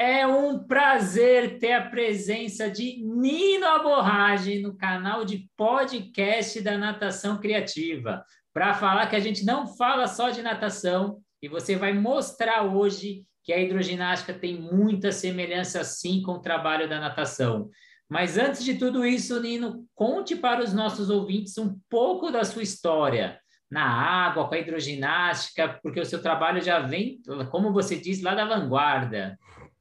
É um prazer ter a presença de Nino Aborragem no canal de podcast da Natação Criativa, para falar que a gente não fala só de natação e você vai mostrar hoje que a hidroginástica tem muita semelhança sim com o trabalho da natação. Mas antes de tudo isso, Nino, conte para os nossos ouvintes um pouco da sua história na água, com a hidroginástica, porque o seu trabalho já vem, como você diz, lá da vanguarda.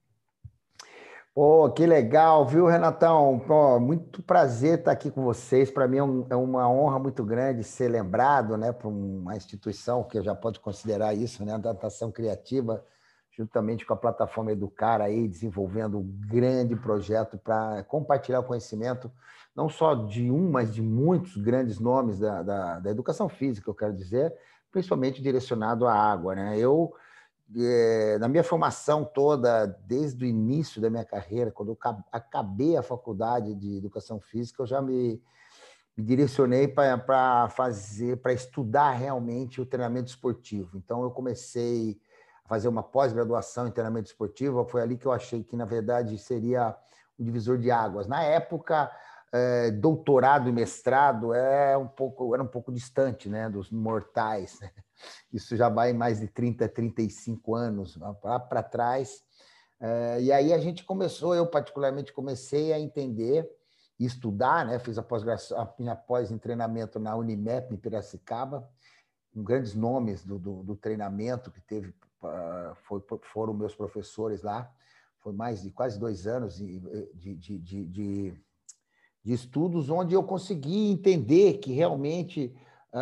Pô, que legal, viu, Renatão? Pô, muito prazer estar aqui com vocês. Para mim é uma honra muito grande ser lembrado, né, por uma instituição que eu já pode considerar isso, né, a Natação Criativa, juntamente com a plataforma Educar aí, desenvolvendo um grande projeto para compartilhar o conhecimento, não só de um, mas de muitos grandes nomes da educação física, eu quero dizer, principalmente direcionado à água, né? Na minha formação toda, desde o início da minha carreira, quando eu acabei a faculdade de educação física, eu já me direcionei para estudar realmente o treinamento esportivo. Então, eu comecei a fazer uma pós-graduação em treinamento esportivo. Foi ali que eu achei que, na verdade, seria um divisor de águas. Na época, doutorado e mestrado era um pouco distante, né, dos mortais, né? Isso já vai mais de 30, 35 anos para trás. E aí a gente começou, eu particularmente comecei a entender e estudar, né? Fiz a minha pós em treinamento na Unimep, em Piracicaba, com grandes nomes do treinamento que teve, foram meus professores lá. Foi mais de quase 2 anos de estudos, onde eu consegui entender que realmente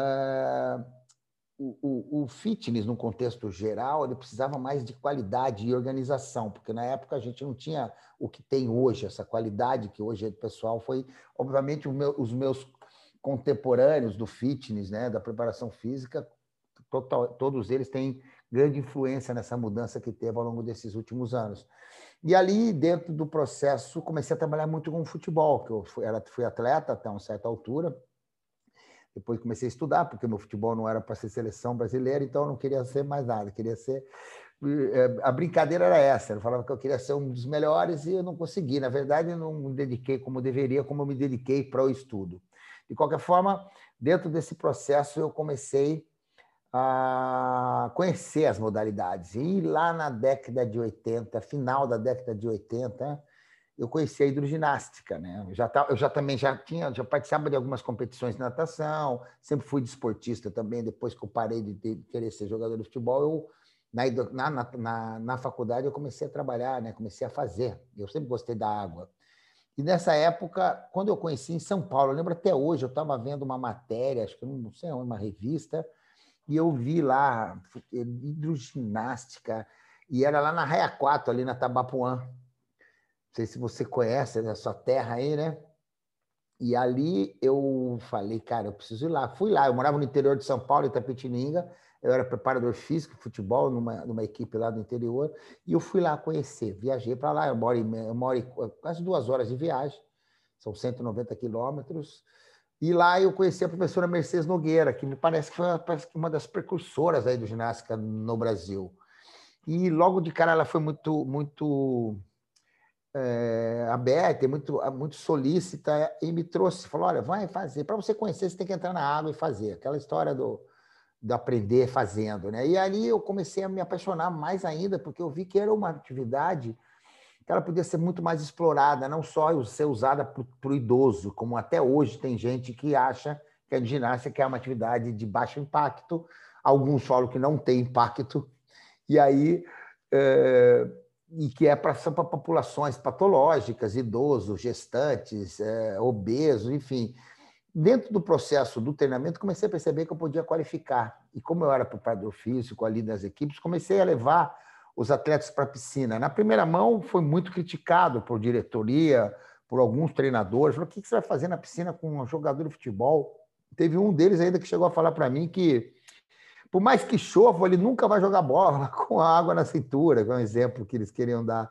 o fitness, no contexto geral, ele precisava mais de qualidade e organização, porque na época a gente não tinha o que tem hoje, essa qualidade que hoje o pessoal foi. Obviamente, os meus contemporâneos do fitness, né, da preparação física, todos eles têm grande influência nessa mudança que teve ao longo desses últimos anos. E ali, dentro do processo, comecei a trabalhar muito com futebol, que eu fui atleta até uma certa altura. Depois comecei a estudar, porque meu futebol não era para ser seleção brasileira, então eu não queria ser mais nada, queria ser... A brincadeira era essa, eu falava que eu queria ser um dos melhores e eu não consegui. Na verdade, eu não me dediquei como deveria, como eu me dediquei para o estudo. De qualquer forma, dentro desse processo, eu comecei a conhecer as modalidades. E lá na década de 80, final da década de 80, eu conheci a hidroginástica, né? Já participava de algumas competições de natação, sempre fui desportista também. Depois que eu parei de querer ser jogador de futebol, na faculdade eu comecei a trabalhar, né? Comecei a fazer. Eu sempre gostei da água. E nessa época, quando eu conheci em São Paulo, eu lembro até hoje, eu estava vendo uma matéria, acho que não sei, uma revista, e eu vi lá hidroginástica, e era lá na Raia 4, ali na Tabapuã. Não sei se você conhece a sua terra aí, né? E ali eu falei, cara, eu preciso ir lá. Fui lá, eu morava no interior de São Paulo, Itapetininga, eu era preparador físico de futebol numa equipe lá do interior, e eu fui lá conhecer. Viajei para lá, eu moro quase 2 horas de viagem, são 190 quilômetros. E lá eu conheci a professora Mercedes Nogueira, que me parece que foi uma das precursoras aí do ginástica no Brasil. E logo de cara ela foi muito aberta, muito solícita, e me trouxe, falou, olha, vai fazer. Para você conhecer, você tem que entrar na água e fazer. Aquela história do aprender fazendo, né? E ali eu comecei a me apaixonar mais ainda, porque eu vi que era uma atividade que ela podia ser muito mais explorada, não só ser usada para o idoso, como até hoje tem gente que acha que a ginástica é uma atividade de baixo impacto, alguns falam que não tem impacto, e aí e que é para populações patológicas, idosos, gestantes, obesos, enfim. Dentro do processo do treinamento, comecei a perceber que eu podia qualificar. E como eu era preparador físico ali das equipes, comecei a levar os atletas para a piscina. Na primeira mão, foi muito criticado por diretoria, por alguns treinadores. Falou, o que você vai fazer na piscina com um jogador de futebol? Teve um deles ainda que chegou a falar para mim que, por mais que chova, ele nunca vai jogar bola com a água na cintura, que é um exemplo que eles queriam dar.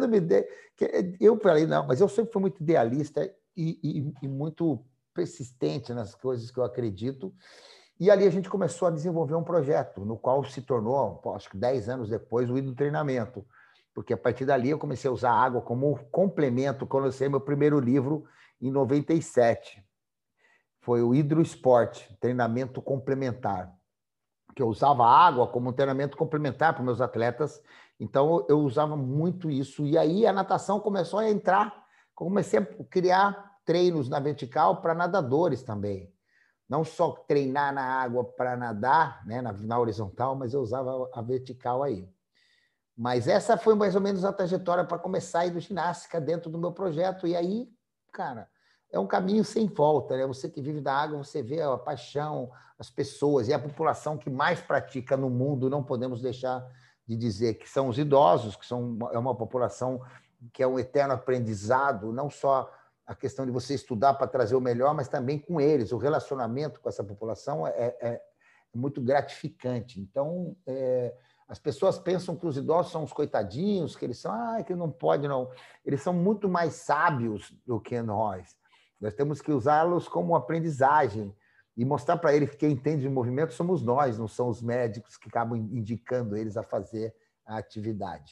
Eu falei, não, mas eu sempre fui muito idealista e muito persistente nas coisas que eu acredito. E ali a gente começou a desenvolver um projeto, no qual se tornou, acho que 10 anos depois, o hidrotreinamento. porque a partir dali eu comecei a usar a água como complemento quando eu lancei meu primeiro livro em 97. Foi o Hidroesporte, treinamento complementar, que eu usava a água como um treinamento complementar para os meus atletas, então eu usava muito isso. E aí a natação começou a entrar, comecei a criar treinos na vertical para nadadores também. Não só treinar na água para nadar, né, na horizontal, mas eu usava a vertical aí. Mas essa foi mais ou menos a trajetória para começar a hidroginástica dentro do meu projeto. E aí, cara, é um caminho sem volta, né? Você que vive da água, você vê a paixão, as pessoas e a população que mais pratica no mundo, não podemos deixar de dizer que são os idosos, que é uma população que é um eterno aprendizado, não só a questão de você estudar para trazer o melhor, mas também com eles. O relacionamento com essa população é muito gratificante. Então, as pessoas pensam que os idosos são os coitadinhos, que eles são, que não pode, não. Eles são muito mais sábios do que nós. Nós temos que usá-los como aprendizagem e mostrar para eles que quem entende de movimento somos nós, não são os médicos que acabam indicando eles a fazer a atividade.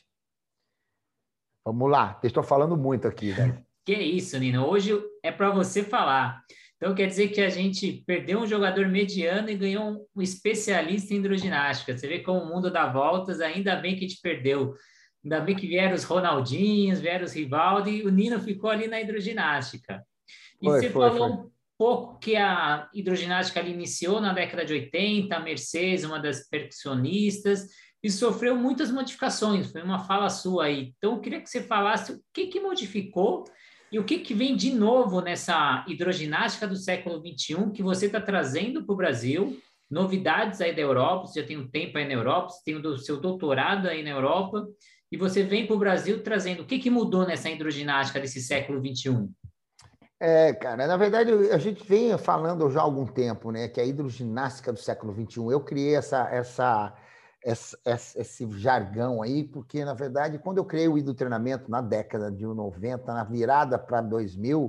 Vamos lá, estou falando muito aqui, velho. Que isso, Nino. Hoje é para você falar. Então, quer dizer que a gente perdeu um jogador mediano e ganhou um especialista em hidroginástica. Você vê como o mundo dá voltas, ainda bem que a gente perdeu. Ainda bem que vieram os Ronaldinhos, vieram os Rivaldo e o Nino ficou ali na hidroginástica. E você falou um pouco que a hidroginástica ali iniciou na década de 80, a Mercedes, uma das percussionistas, e sofreu muitas modificações, foi uma fala sua aí. Então, eu queria que você falasse o que modificou e o que vem de novo nessa hidroginástica do século XXI que você está trazendo para o Brasil, novidades aí da Europa, você já tem um tempo aí na Europa, você tem o seu doutorado aí na Europa, e você vem para o Brasil trazendo o que mudou nessa hidroginástica desse século XXI? Cara, na verdade, a gente vem falando já há algum tempo, né, que a hidroginástica do século XXI, eu criei esse jargão aí, porque, na verdade, quando eu criei o hidrotreinamento na década de 90, na virada para 2000,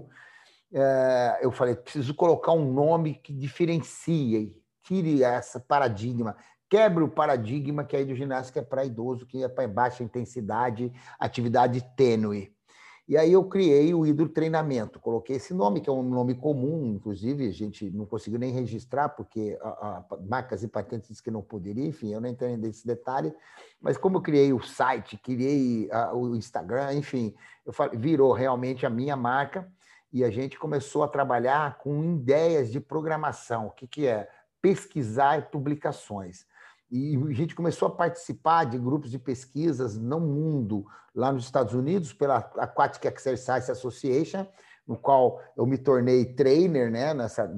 eu falei, preciso colocar um nome que diferencie, tire esse paradigma, quebre o paradigma que a hidroginástica é para idoso, que é para baixa intensidade, atividade tênue. E aí eu criei o hidrotreinamento, coloquei esse nome, que é um nome comum, inclusive a gente não conseguiu nem registrar, porque marcas e patentes dizem que não poderia, enfim, eu não entrei nesse detalhe, mas como eu criei o site, criei o Instagram, enfim, virou realmente a minha marca, e a gente começou a trabalhar com ideias de programação. O que é? Pesquisar publicações. E a gente começou a participar de grupos de pesquisas no mundo, lá nos Estados Unidos, pela Aquatic Exercise Association, no qual eu me tornei trainer, né,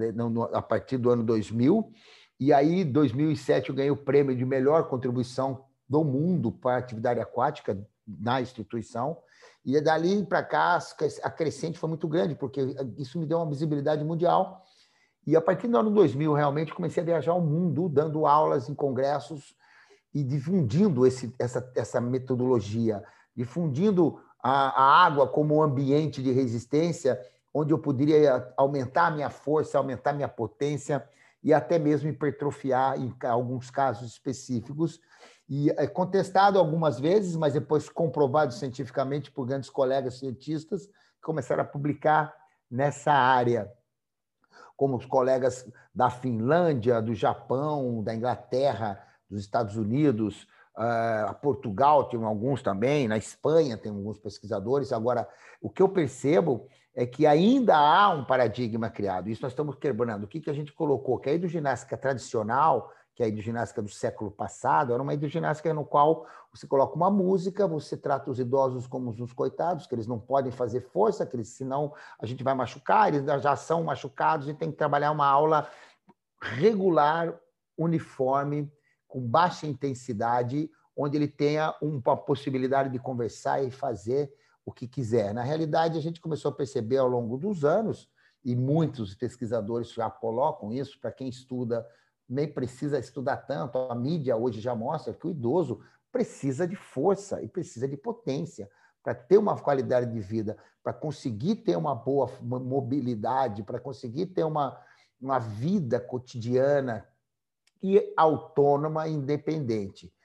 a partir do ano 2000. E aí, em 2007, eu ganhei o prêmio de melhor contribuição do mundo para a atividade aquática na instituição. E dali para cá, a crescente foi muito grande, porque isso me deu uma visibilidade mundial. E a partir do ano 2000, realmente, comecei a viajar o mundo, dando aulas em congressos e difundindo essa metodologia, difundindo a água como um ambiente de resistência, onde eu poderia aumentar a minha força, aumentar a minha potência e até mesmo hipertrofiar em alguns casos específicos. E é contestado algumas vezes, mas depois comprovado cientificamente por grandes colegas cientistas que começaram a publicar nessa área, como os colegas da Finlândia, do Japão, da Inglaterra, dos Estados Unidos, a Portugal tem alguns também, na Espanha tem alguns pesquisadores. Agora, o que eu percebo é que ainda há um paradigma criado. Isso nós estamos quebrando. O que a gente colocou? Que a hidroginástica tradicional, que é a hidroginástica do século passado, era uma hidroginástica no qual você coloca uma música, você trata os idosos como os coitados, que eles não podem fazer força, que eles, senão a gente vai machucar, eles já são machucados, e tem que trabalhar uma aula regular, uniforme, com baixa intensidade, onde ele tenha uma possibilidade de conversar e fazer o que quiser. Na realidade, a gente começou a perceber ao longo dos anos, e muitos pesquisadores já colocam isso, para quem estuda, nem precisa estudar tanto, a mídia hoje já mostra que o idoso precisa de força e precisa de potência para ter uma qualidade de vida, para conseguir ter uma boa mobilidade, para conseguir ter uma vida cotidiana e autônoma e independente.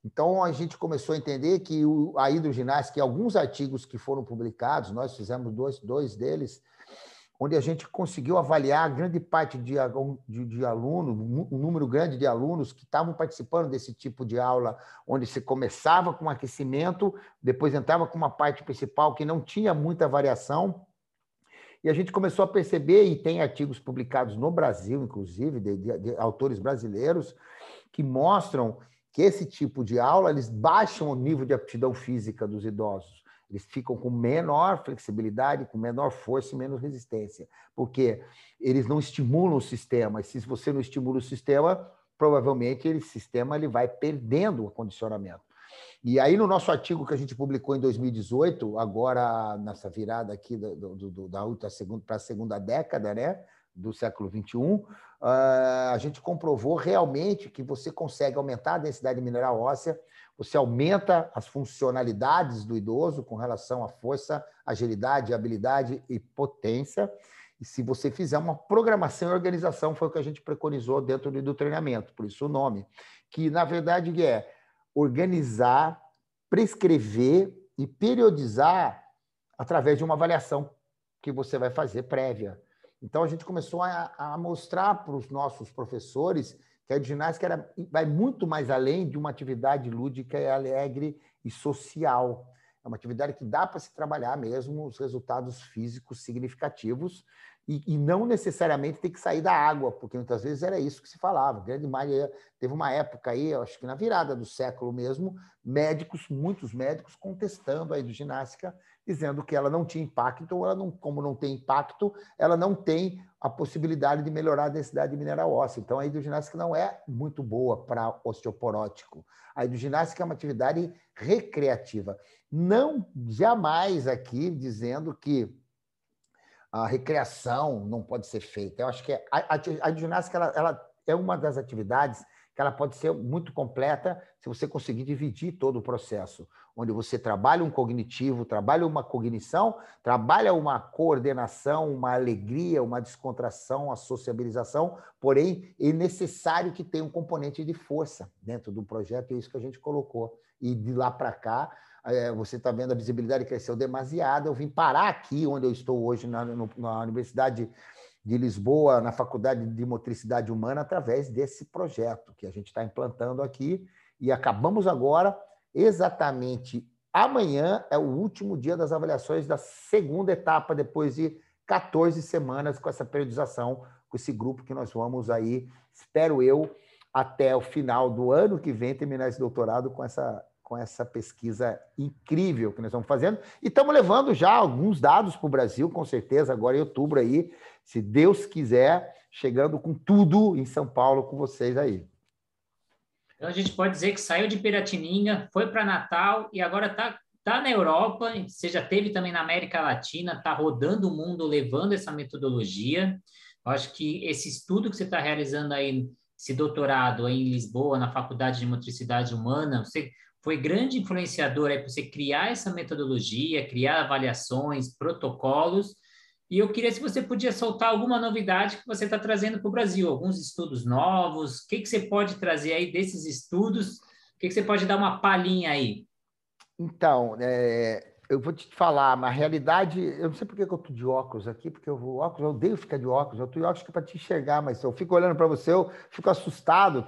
Então, a gente começou a entender que a hidroginástica, e alguns artigos que foram publicados, nós fizemos dois deles, onde a gente conseguiu avaliar grande parte de alunos, um número grande de alunos que estavam participando desse tipo de aula, onde se começava com aquecimento, depois entrava com uma parte principal que não tinha muita variação, e a gente começou a perceber, e tem artigos publicados no Brasil, inclusive, de autores brasileiros, que mostram que esse tipo de aula, eles baixam o nível de aptidão física dos idosos. Eles ficam com menor flexibilidade, com menor força e menos resistência, porque eles não estimulam o sistema. E se você não estimula o sistema, provavelmente esse sistema ele vai perdendo o condicionamento. E aí, no nosso artigo que a gente publicou em 2018, agora nessa virada aqui da outra para a segunda década, né, do século XXI, a gente comprovou realmente que você consegue aumentar a densidade mineral óssea, você aumenta as funcionalidades do idoso com relação à força, agilidade, habilidade e potência. E se você fizer uma programação e organização, foi o que a gente preconizou dentro do treinamento, por isso o nome, que na verdade é organizar, prescrever e periodizar através de uma avaliação que você vai fazer prévia. Então, a gente começou a mostrar para os nossos professores que a ginástica vai muito mais além de uma atividade lúdica e alegre e social. É uma atividade que dá para se trabalhar mesmo os resultados físicos significativos e não necessariamente tem que sair da água, porque muitas vezes era isso que se falava. Grande maioria, teve uma época aí, acho que na virada do século mesmo, muitos médicos contestando a hidroginástica, dizendo que ela não tinha impacto, ou ela não, como não tem impacto, ela não tem a possibilidade de melhorar a densidade mineral óssea. Então, a hidroginástica não é muito boa para osteoporótico. A hidroginástica é uma atividade recreativa. Não jamais aqui dizendo que a recreação não pode ser feita. Eu acho que a hidroginástica ela é uma das atividades que ela pode ser muito completa se você conseguir dividir todo o processo, onde você trabalha um cognitivo, trabalha uma cognição, trabalha uma coordenação, uma alegria, uma descontração, a sociabilização, porém é necessário que tenha um componente de força dentro do projeto, é isso que a gente colocou. E de lá para cá, você está vendo a visibilidade cresceu demasiado, eu vim parar aqui, onde eu estou hoje, na Universidade de Lisboa, na Faculdade de Motricidade Humana, através desse projeto que a gente está implantando aqui. E acabamos agora, exatamente amanhã, é o último dia das avaliações da segunda etapa, depois de 14 semanas com essa periodização, com esse grupo que nós vamos aí, espero eu, até o final do ano que vem, terminar esse doutorado com essa pesquisa incrível que nós estamos fazendo. E estamos levando já alguns dados para o Brasil, com certeza, agora em outubro aí, se Deus quiser, chegando com tudo em São Paulo com vocês aí. Então, a gente pode dizer que saiu de Piratininga, foi para Natal e agora está na Europa, você já teve também na América Latina, está rodando o mundo levando essa metodologia. Eu acho que esse estudo que você está realizando aí, esse doutorado aí em Lisboa, na Faculdade de Motricidade Humana, você foi grande influenciador aí para você criar essa metodologia, criar avaliações, protocolos. E eu queria se você podia soltar alguma novidade que você está trazendo para o Brasil, alguns estudos novos, o que você pode trazer aí desses estudos, o que você pode dar uma palhinha aí? Então, eu vou te falar, na realidade, eu não sei por que eu estou de óculos aqui, porque eu odeio ficar de óculos, eu estou de óculos para te enxergar, mas se eu fico olhando para você, eu fico assustado,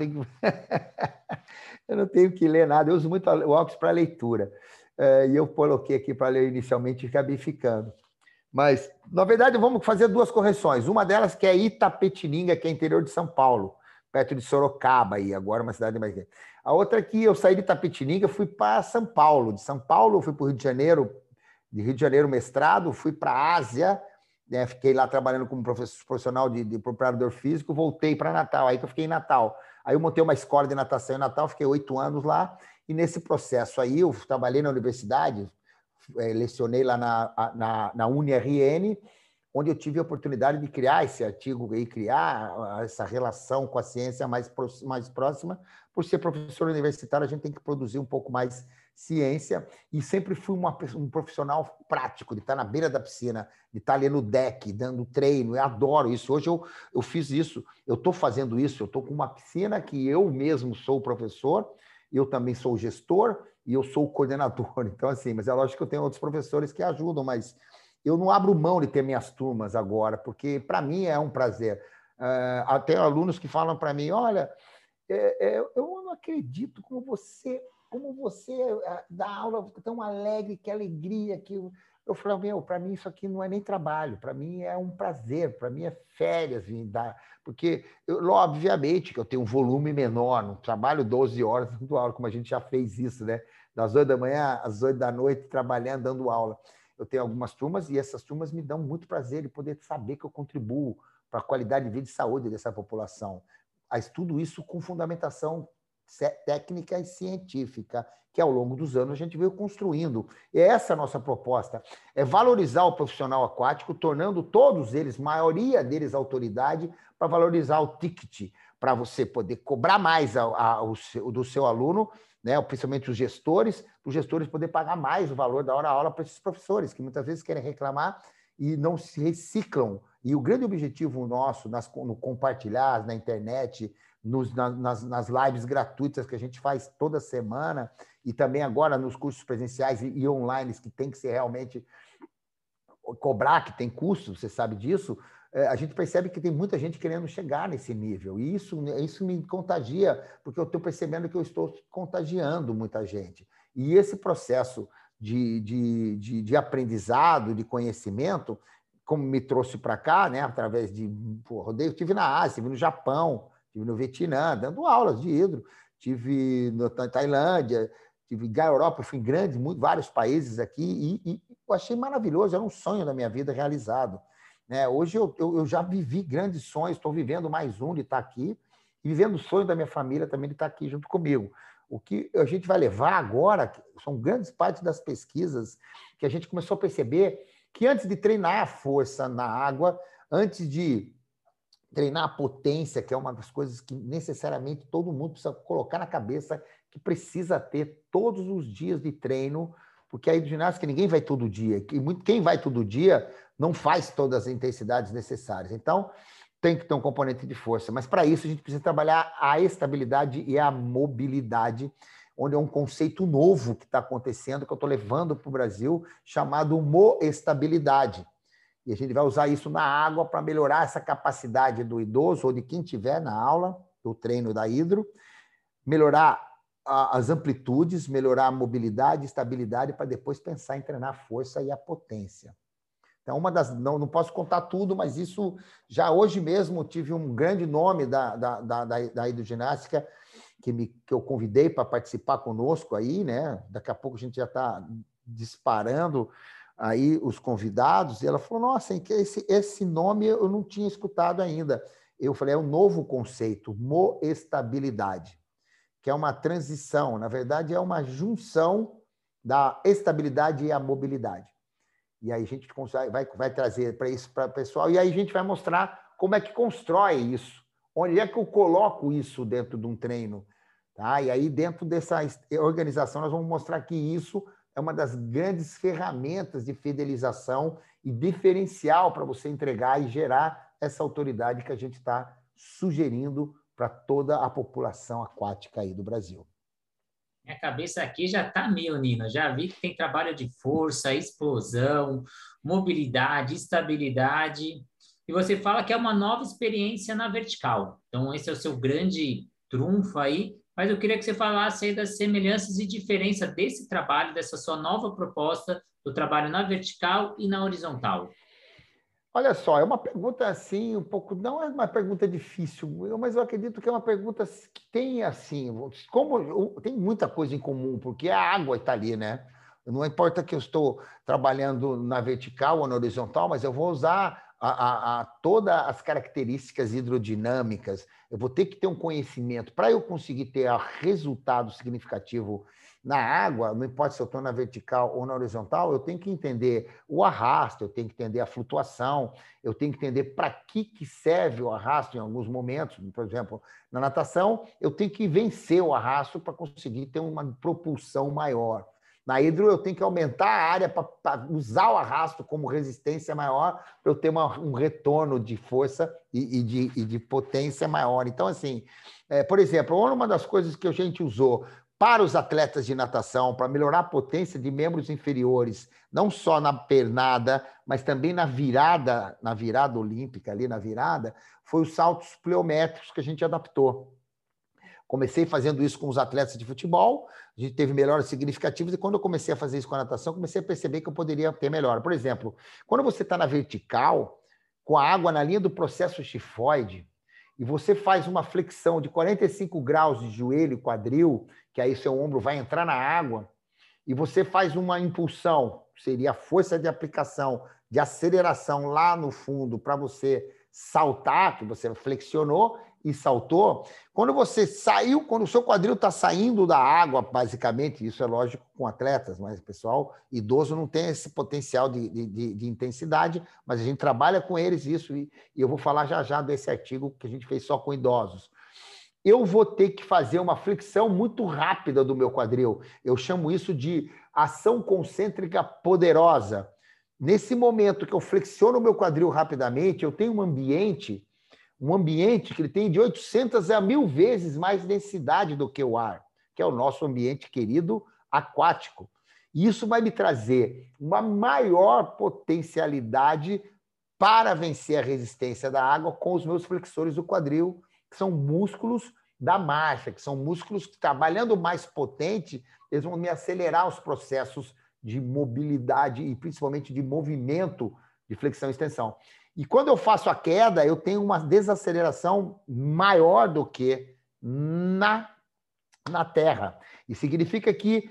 eu não tenho que ler nada, eu uso muito o óculos para leitura, e eu coloquei aqui para ler inicialmente e acabei ficando. Mas, na verdade, vamos fazer duas correções. Uma delas que é Itapetininga, que é interior de São Paulo, perto de Sorocaba, aí, agora uma cidade mais grande. A outra é que eu saí de Itapetininga, fui para São Paulo. De São Paulo, fui para o Rio de Janeiro mestrado, fui para a Ásia, né, fiquei lá trabalhando como profissional de preparador físico, voltei para Natal, aí que eu fiquei em Natal. Aí eu montei uma escola de natação em Natal, fiquei 8 anos lá, e nesse processo aí eu trabalhei na universidade, lecionei lá na UniRN, onde eu tive a oportunidade de criar esse artigo e criar essa relação com a ciência mais próxima. Por ser professor universitário, a gente tem que produzir um pouco mais ciência, e sempre fui um profissional prático, de estar na beira da piscina, de estar ali no deck, dando treino, eu adoro isso. Hoje eu fiz isso, eu estou fazendo isso, eu estou com uma piscina que eu mesmo sou o professor, eu também sou o gestor e eu sou o coordenador. Então, assim, mas é lógico que eu tenho outros professores que ajudam, mas eu não abro mão de ter minhas turmas agora, porque para mim é um prazer. Tem alunos que falam para mim, olha, eu não acredito como você dá aula tão alegre, que alegria, que eu falo, meu, para mim isso aqui não é nem trabalho, para mim é um prazer, para mim é férias vir dar, porque obviamente que eu tenho um volume menor, não trabalho 12 horas dando aula, como a gente já fez isso, né? Das 8 da manhã às 8 da noite, trabalhando, dando aula. Eu tenho algumas turmas e essas turmas me dão muito prazer de poder saber que eu contribuo para a qualidade de vida e saúde dessa população. Tudo isso com fundamentação técnica e científica, que ao longo dos anos a gente veio construindo. E essa é a nossa proposta, é valorizar o profissional aquático, tornando todos eles, maioria deles, autoridade, para valorizar o ticket, para você poder cobrar mais do seu aluno, né, principalmente os gestores, para os gestores poderem pagar mais o valor da hora-aula para esses professores, que muitas vezes querem reclamar e não se reciclam. E o grande objetivo nosso no compartilhar na internet, nas lives gratuitas que a gente faz toda semana, e também agora nos cursos presenciais e online, que tem que ser realmente cobrar, que tem custo, você sabe disso, a gente percebe que tem muita gente querendo chegar nesse nível. E isso me contagia, porque eu estou percebendo que eu estou contagiando muita gente. E esse processo de aprendizado, de conhecimento, como me trouxe para cá, né, através de rodeio, estive na Ásia, estive no Japão, estive no Vietnã, dando aulas de hidro, estive na Tailândia, estive na Europa, fui em vários países aqui, e eu achei maravilhoso, era um sonho da minha vida realizado. Né? Hoje eu já vivi grandes sonhos, estou vivendo mais um de estar aqui, e vivendo o sonho da minha família também de estar aqui junto comigo. O que a gente vai levar agora são grandes partes das pesquisas que a gente começou a perceber que antes de treinar a força na água, antes de treinar a potência, que é uma das coisas que necessariamente todo mundo precisa colocar na cabeça, que precisa ter todos os dias de treino, porque a hidroginástica ninguém vai todo dia, quem vai todo dia não faz todas as intensidades necessárias. Então, tem que ter um componente de força, mas para isso a gente precisa trabalhar a estabilidade e a mobilidade, onde é um conceito novo que está acontecendo, que eu estou levando para o Brasil, chamado moestabilidade. E a gente vai usar isso na água para melhorar essa capacidade do idoso ou de quem estiver na aula, do treino da hidro, melhorar as amplitudes, melhorar a mobilidade, estabilidade, para depois pensar em treinar a força e a potência. Então, não posso contar tudo, mas isso já hoje mesmo tive um grande nome da hidroginástica que eu convidei para participar conosco aí, né? Daqui a pouco a gente já está disparando aí os convidados, e ela falou, nossa, esse nome eu não tinha escutado ainda. Eu falei, é um novo conceito, moestabilidade, que é uma transição, na verdade é uma junção da estabilidade e a mobilidade. E aí a gente vai trazer para isso para o pessoal, e aí a gente vai mostrar como é que constrói isso, onde é que eu coloco isso dentro de um treino. Tá? E aí, dentro dessa organização, nós vamos mostrar que isso é uma das grandes ferramentas de fidelização e diferencial para você entregar e gerar essa autoridade que a gente está sugerindo para toda a população aquática aí do Brasil. Minha cabeça aqui já está mil, Nino. Já vi que tem trabalho de força, explosão, mobilidade, estabilidade. E você fala que é uma nova experiência na vertical. Então, esse é o seu grande trunfo aí. Mas eu queria que você falasse aí das semelhanças e diferenças desse trabalho, dessa sua nova proposta do trabalho na vertical e na horizontal. Olha só, é uma pergunta assim, um pouco, não é uma pergunta difícil, mas eu acredito que é uma pergunta que tem assim, como tem muita coisa em comum, porque a água está ali, né? Não importa que eu estou trabalhando na vertical ou na horizontal, mas eu vou usar todas as características hidrodinâmicas, eu vou ter que ter um conhecimento para eu conseguir ter resultado significativo na água, não importa se eu estou na vertical ou na horizontal, eu tenho que entender o arrasto, eu tenho que entender a flutuação, eu tenho que entender para que serve o arrasto em alguns momentos. Por exemplo, na natação, eu tenho que vencer o arrasto para conseguir ter uma propulsão maior. Na hidro, eu tenho que aumentar a área para usar o arrasto como resistência maior, para eu ter um retorno de força e de potência maior. Então, assim, por exemplo, uma das coisas que a gente usou para os atletas de natação, para melhorar a potência de membros inferiores, não só na pernada, mas também na virada olímpica, ali na virada, foi os saltos pliométricos que a gente adaptou. Comecei fazendo isso com os atletas de futebol, a gente teve melhoras significativas, e quando eu comecei a fazer isso com a natação, comecei a perceber que eu poderia ter melhora. Por exemplo, quando você está na vertical, com a água na linha do processo xifoide, e você faz uma flexão de 45 graus de joelho e quadril, que aí seu ombro vai entrar na água, e você faz uma impulsão, seria a força de aplicação, de aceleração lá no fundo, para você saltar, que você flexionou e saltou. Quando você saiu, quando o seu quadril está saindo da água, basicamente, isso é lógico com atletas, mas o pessoal idoso não tem esse potencial de intensidade, mas a gente trabalha com eles isso, e eu vou falar já desse artigo que a gente fez só com idosos. Eu vou ter que fazer uma flexão muito rápida do meu quadril. Eu chamo isso de ação concêntrica poderosa. Nesse momento que eu flexiono o meu quadril rapidamente, eu tenho um ambiente que ele tem de 800 a 1.000 vezes mais densidade do que o ar, que é o nosso ambiente querido aquático. E isso vai me trazer uma maior potencialidade para vencer a resistência da água com os meus flexores do quadril, que são músculos da marcha, que são músculos que, trabalhando mais potente, eles vão me acelerar os processos de mobilidade e principalmente de movimento de flexão e extensão. E quando eu faço a queda, eu tenho uma desaceleração maior do que na terra. E significa que,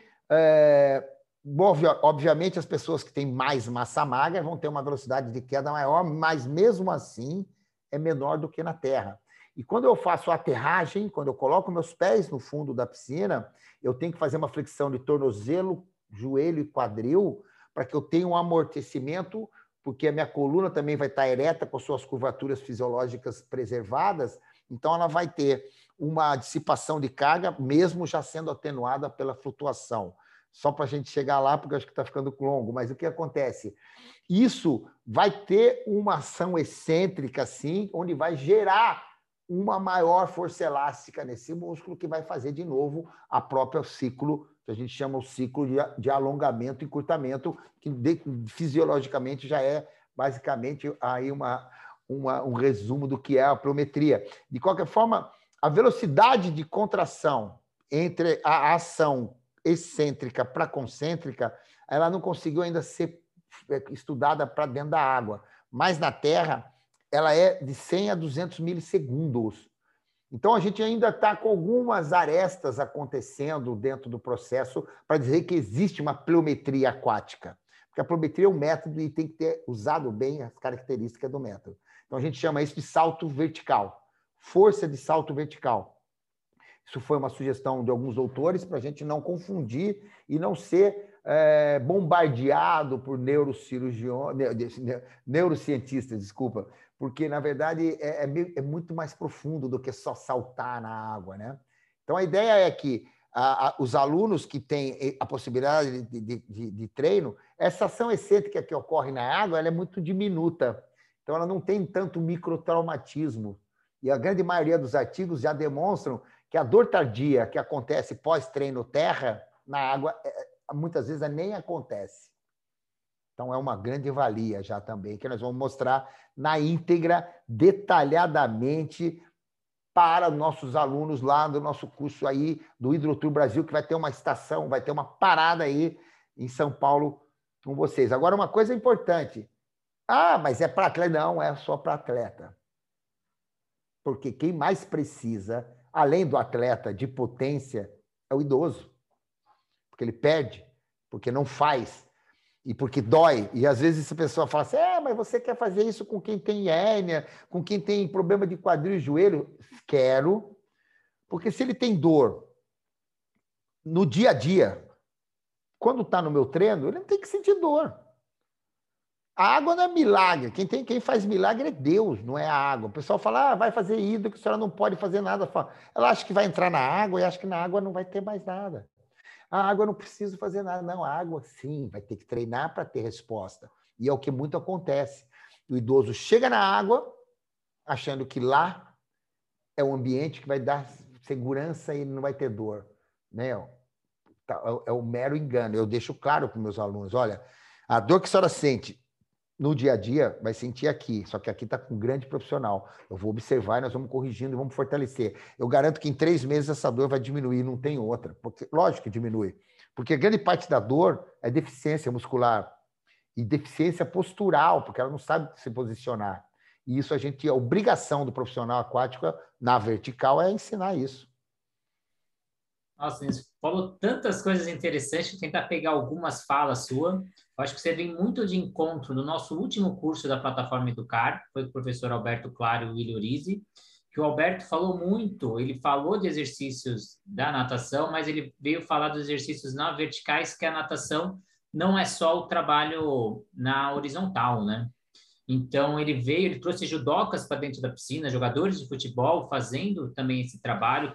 obviamente, as pessoas que têm mais massa magra vão ter uma velocidade de queda maior, mas mesmo assim é menor do que na terra. E quando eu faço a aterragem, quando eu coloco meus pés no fundo da piscina, eu tenho que fazer uma flexão de tornozelo, joelho e quadril para que eu tenha um amortecimento, porque a minha coluna também vai estar ereta com suas curvaturas fisiológicas preservadas, então ela vai ter uma dissipação de carga, mesmo já sendo atenuada pela flutuação. Só para a gente chegar lá, porque eu acho que está ficando longo, mas o que acontece? Isso vai ter uma ação excêntrica, sim, onde vai gerar uma maior força elástica nesse músculo, que vai fazer de novo a própria ciclo, que a gente chama o ciclo de alongamento e encurtamento, que fisiologicamente já é basicamente aí um resumo do que é a pliometria. De qualquer forma, a velocidade de contração entre a ação excêntrica para concêntrica, ela não conseguiu ainda ser estudada para dentro da água, mas na Terra ela é de 100 a 200 milissegundos. Então, a gente ainda está com algumas arestas acontecendo dentro do processo para dizer que existe uma pliometria aquática. Porque a pliometria é um método e tem que ter usado bem as características do método. Então, a gente chama isso de salto vertical, força de salto vertical. Isso foi uma sugestão de alguns doutores para a gente não confundir e não ser bombardeado por neurocientistas, desculpa, porque, na verdade, é muito mais profundo do que só saltar na água, né? Então, a ideia é que os alunos que têm a possibilidade de treino, essa ação excêntrica que ocorre na água, ela é muito diminuta. Então, ela não tem tanto microtraumatismo. E a grande maioria dos artigos já demonstram que a dor tardia que acontece pós-treino terra, na água, muitas vezes nem acontece. Então, é uma grande valia já também, que nós vamos mostrar na íntegra, detalhadamente, para nossos alunos lá do nosso curso aí do Hidrotour Brasil, que vai ter uma estação, vai ter uma parada aí em São Paulo com vocês. Agora, uma coisa importante. Ah, mas é para atleta? Não, é só para atleta. Porque quem mais precisa, além do atleta de potência, é o idoso. Porque ele perde, porque não faz, e porque dói. E às vezes essa pessoa fala assim, mas você quer fazer isso com quem tem hérnia, com quem tem problema de quadril e joelho? Quero, porque se ele tem dor no dia a dia, quando está no meu treino, ele não tem que sentir dor. A água não é milagre. Quem faz milagre é Deus, não é a água. O pessoal fala, vai fazer hidro, que a senhora não pode fazer nada. Ela acha que vai entrar na água e acha que na água não vai ter mais nada. A água eu não preciso fazer nada. Não, a água sim, vai ter que treinar para ter resposta. E é o que muito acontece. O idoso chega na água achando que lá é um ambiente que vai dar segurança e não vai ter dor. Né? É o mero engano. Eu deixo claro para os meus alunos, olha, a dor que a senhora sente no dia a dia, vai sentir aqui, só que aqui está com um grande profissional. Eu vou observar e nós vamos corrigindo e vamos fortalecer. Eu garanto que em 3 meses essa dor vai diminuir, não tem outra. Porque, lógico que diminui. Porque grande parte da dor é deficiência muscular e deficiência postural, porque ela não sabe se posicionar. E isso a obrigação do profissional aquático na vertical é ensinar isso. Nossa, você falou tantas coisas interessantes, vou tentar pegar algumas falas suas. Eu acho que você vem muito de encontro no nosso último curso da plataforma Educar, foi com o professor Alberto Claro e o William Rizzi, que o Alberto falou muito, ele falou de exercícios da natação, mas ele veio falar dos exercícios na verticais, que a natação não é só o trabalho na horizontal, né? Então, ele veio, ele trouxe judocas para dentro da piscina, jogadores de futebol fazendo também esse trabalho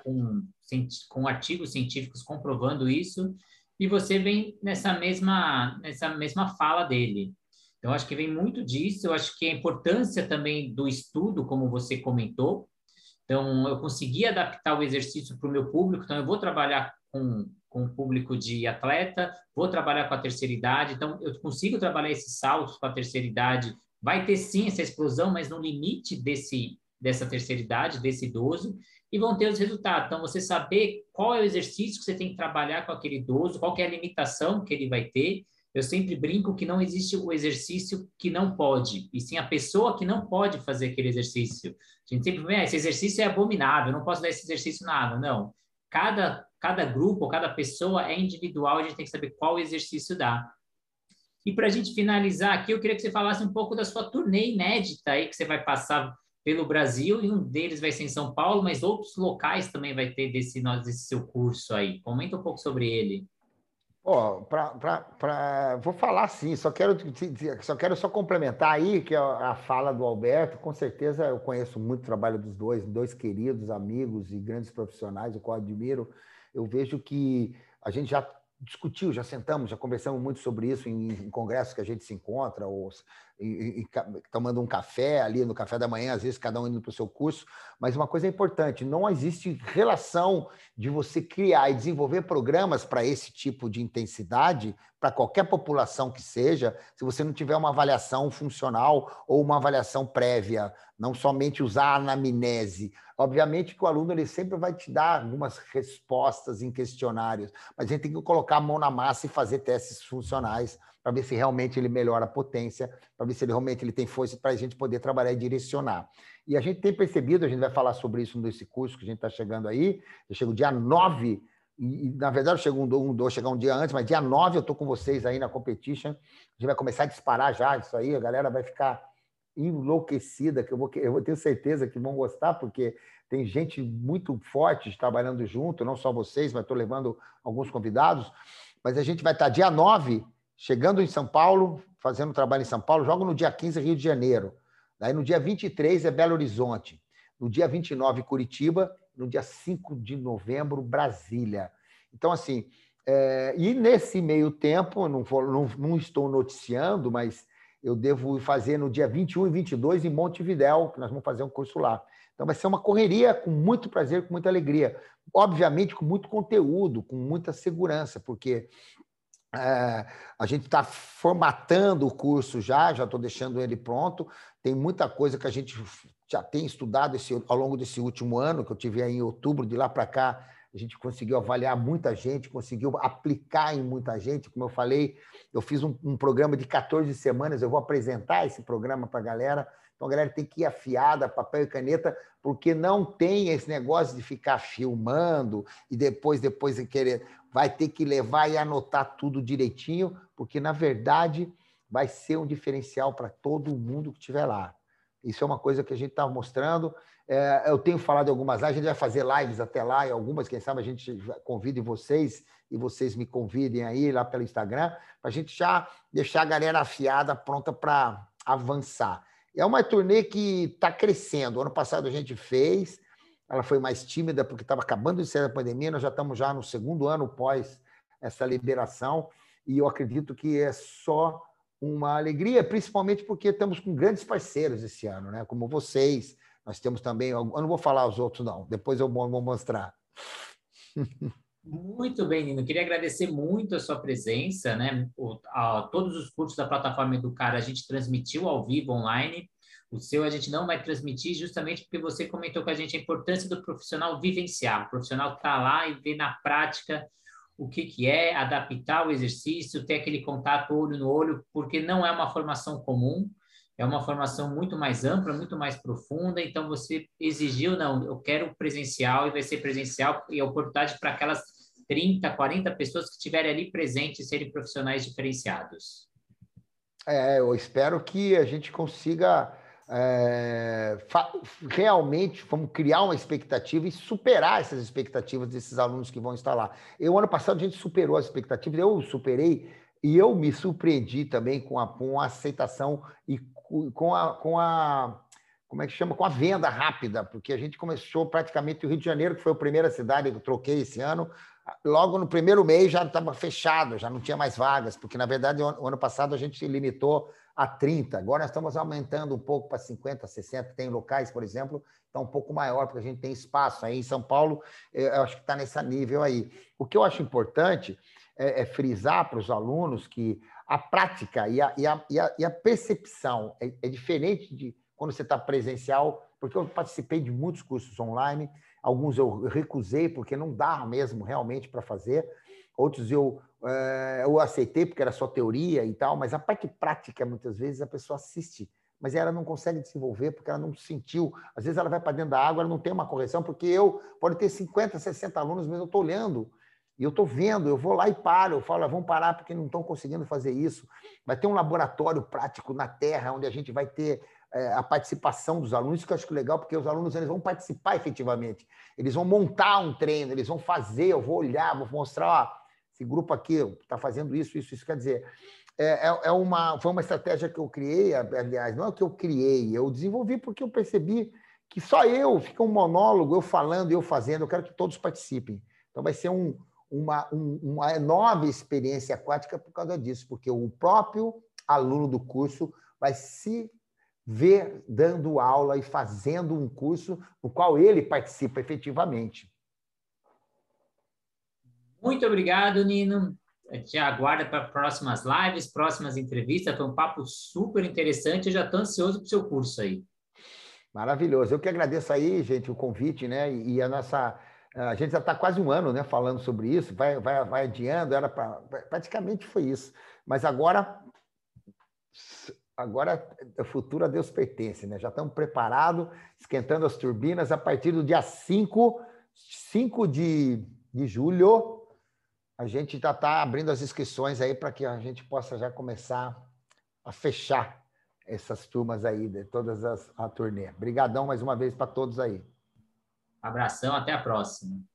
com artigos científicos comprovando isso, e você vem nessa mesma fala dele. Então, acho que vem muito disso, eu acho que a importância também do estudo, como você comentou. Então, eu consegui adaptar o exercício para o meu público, então eu vou trabalhar com o público de atleta, vou trabalhar com a terceira idade, então eu consigo trabalhar esses saltos com a terceira idade. Vai ter sim essa explosão, mas no limite dessa terceira idade, desse idoso, e vão ter os resultados. Então, você saber qual é o exercício que você tem que trabalhar com aquele idoso, qual que é a limitação que ele vai ter. Eu sempre brinco que não existe o exercício que não pode, e sim a pessoa que não pode fazer aquele exercício. A gente sempre vê, esse exercício é abominável, não posso dar esse exercício na água. Não. Cada grupo, cada pessoa é individual, a gente tem que saber qual exercício dá. E para a gente finalizar aqui, eu queria que você falasse um pouco da sua turnê inédita aí, que você vai passar pelo Brasil, e um deles vai ser em São Paulo, mas outros locais também vai ter desse seu curso aí. Comenta um pouco sobre ele. Oh, vou falar sim, só quero complementar aí que a fala do Alberto, com certeza eu conheço muito o trabalho dos dois queridos amigos e grandes profissionais, o qual admiro. Eu vejo que a gente já discutiu, já sentamos, já conversamos muito sobre isso em congressos que a gente se encontra, ou tomando um café ali no café da manhã, às vezes cada um indo para o seu curso, mas uma coisa é importante, não existe relação de você criar e desenvolver programas para esse tipo de intensidade, para qualquer população que seja, se você não tiver uma avaliação funcional ou uma avaliação prévia, não somente usar a anamnese. Obviamente que o aluno ele sempre vai te dar algumas respostas em questionários, mas a gente tem que colocar a mão na massa e fazer testes funcionais para ver se realmente ele melhora a potência, para ver se realmente ele tem força para a gente poder trabalhar e direcionar. E a gente tem percebido, a gente vai falar sobre isso nesse curso que a gente está chegando aí, eu chego dia 9, e na verdade eu chego vou chegar um dia antes, mas dia 9 eu estou com vocês aí na competition, a gente vai começar a disparar já isso aí, a galera vai ficar enlouquecida, que eu vou ter certeza que vão gostar, porque tem gente muito forte trabalhando junto, não só vocês, mas estou levando alguns convidados, mas a gente vai estar dia 9 chegando em São Paulo, fazendo trabalho em São Paulo, jogo no dia 15 Rio de Janeiro. Daí no dia 23 é Belo Horizonte. No dia 29, Curitiba. No dia 5 de novembro, Brasília. Então, assim, e nesse meio tempo, não estou noticiando, mas eu devo fazer no dia 21 e 22 em Montevidéu, que nós vamos fazer um curso lá. Então vai ser uma correria com muito prazer, com muita alegria. Obviamente com muito conteúdo, com muita segurança, porque a gente está formatando o curso já estou deixando ele pronto. Tem muita coisa que a gente já tem estudado ao longo desse último ano, que eu tive aí em outubro, de lá para cá, a gente conseguiu avaliar muita gente, conseguiu aplicar em muita gente. Como eu falei, eu fiz um programa de 14 semanas, eu vou apresentar esse programa para a galera. Então, a galera tem que ir afiada, papel e caneta, porque não tem esse negócio de ficar filmando e depois querer... Vai ter que levar e anotar tudo direitinho, porque, na verdade, vai ser um diferencial para todo mundo que estiver lá. Isso é uma coisa que a gente está mostrando. Eu tenho falado em algumas lives, a gente vai fazer lives até lá, e algumas, quem sabe, a gente convide vocês, e vocês me convidem aí lá pelo Instagram, para a gente já deixar a galera afiada, pronta para avançar. É uma turnê que está crescendo. Ano passado a gente fez, ela foi mais tímida porque estava acabando de sair da pandemia, nós já estamos já no segundo ano pós essa liberação, e eu acredito que é só uma alegria, principalmente porque estamos com grandes parceiros esse ano, né? Como vocês, nós temos também, eu não vou falar os outros não, depois eu vou mostrar. Muito bem, Nino. Queria agradecer muito a sua presença, né? Todos os cursos da plataforma Educar a gente transmitiu ao vivo online. O seu a gente não vai transmitir justamente porque você comentou com a gente a importância do profissional vivenciar, o profissional estar lá e ver na prática o que é, adaptar o exercício, ter aquele contato olho no olho, porque não é uma formação comum, é uma formação muito mais ampla, muito mais profunda, então você exigiu, não, eu quero presencial e vai ser presencial e a oportunidade para aquelas 30, 40 pessoas que estiverem ali presentes serem profissionais diferenciados. Eu espero que a gente consiga realmente vamos criar uma expectativa e superar essas expectativas desses alunos que vão estar lá. Ano passado, a gente superou as expectativas, eu superei e eu me surpreendi também com a aceitação e com a como é que chama? Com a venda rápida, porque a gente começou praticamente o Rio de Janeiro, que foi a primeira cidade que eu troquei esse ano, logo no primeiro mês já estava fechado, já não tinha mais vagas, porque, na verdade, o ano passado a gente se limitou a 30, agora nós estamos aumentando um pouco para 50, 60, tem locais, por exemplo, está um pouco maior, porque a gente tem espaço. Aí em São Paulo, eu acho que está nesse nível aí. O que eu acho importante é frisar para os alunos que a prática e a percepção é diferente de quando você está presencial, porque eu participei de muitos cursos online, alguns eu recusei porque não dá mesmo realmente para fazer, outros eu aceitei porque era só teoria e tal, mas a parte prática, muitas vezes, a pessoa assiste, mas ela não consegue desenvolver porque ela não sentiu. Às vezes ela vai para dentro da água, ela não tem uma correção, porque pode ter 50, 60 alunos, mas eu estou olhando, e eu estou vendo, eu vou lá e paro, eu falo, vamos parar porque não estão conseguindo fazer isso. Vai ter um laboratório prático na Terra, onde a gente vai ter a participação dos alunos, isso que eu acho legal, porque os alunos eles vão participar efetivamente, eles vão montar um treino, eles vão fazer, eu vou olhar, vou mostrar, ó, esse grupo aqui está fazendo isso, quer dizer, foi uma estratégia que eu criei, aliás, não é o que eu criei, eu desenvolvi porque eu percebi que só fica um monólogo, eu falando e eu fazendo, eu quero que todos participem. Então vai ser uma nova experiência aquática por causa disso, porque o próprio aluno do curso vai se ver dando aula e fazendo um curso no qual ele participa efetivamente. Muito obrigado, Nino. A gente aguarda para próximas lives, próximas entrevistas. Foi um papo super interessante. Eu já estou ansioso para o seu curso aí. Maravilhoso. Eu que agradeço aí, gente, o convite, né? E a gente já está quase um ano, né, falando sobre isso, vai adiando, praticamente foi isso. Mas agora o futuro a Deus pertence, né? Já estamos preparados, esquentando as turbinas. A partir do dia 5 de julho, a gente já está abrindo as inscrições aí para que a gente possa já começar a fechar essas turmas aí, de todas a turnê. Obrigadão mais uma vez para todos aí. Abração, até a próxima.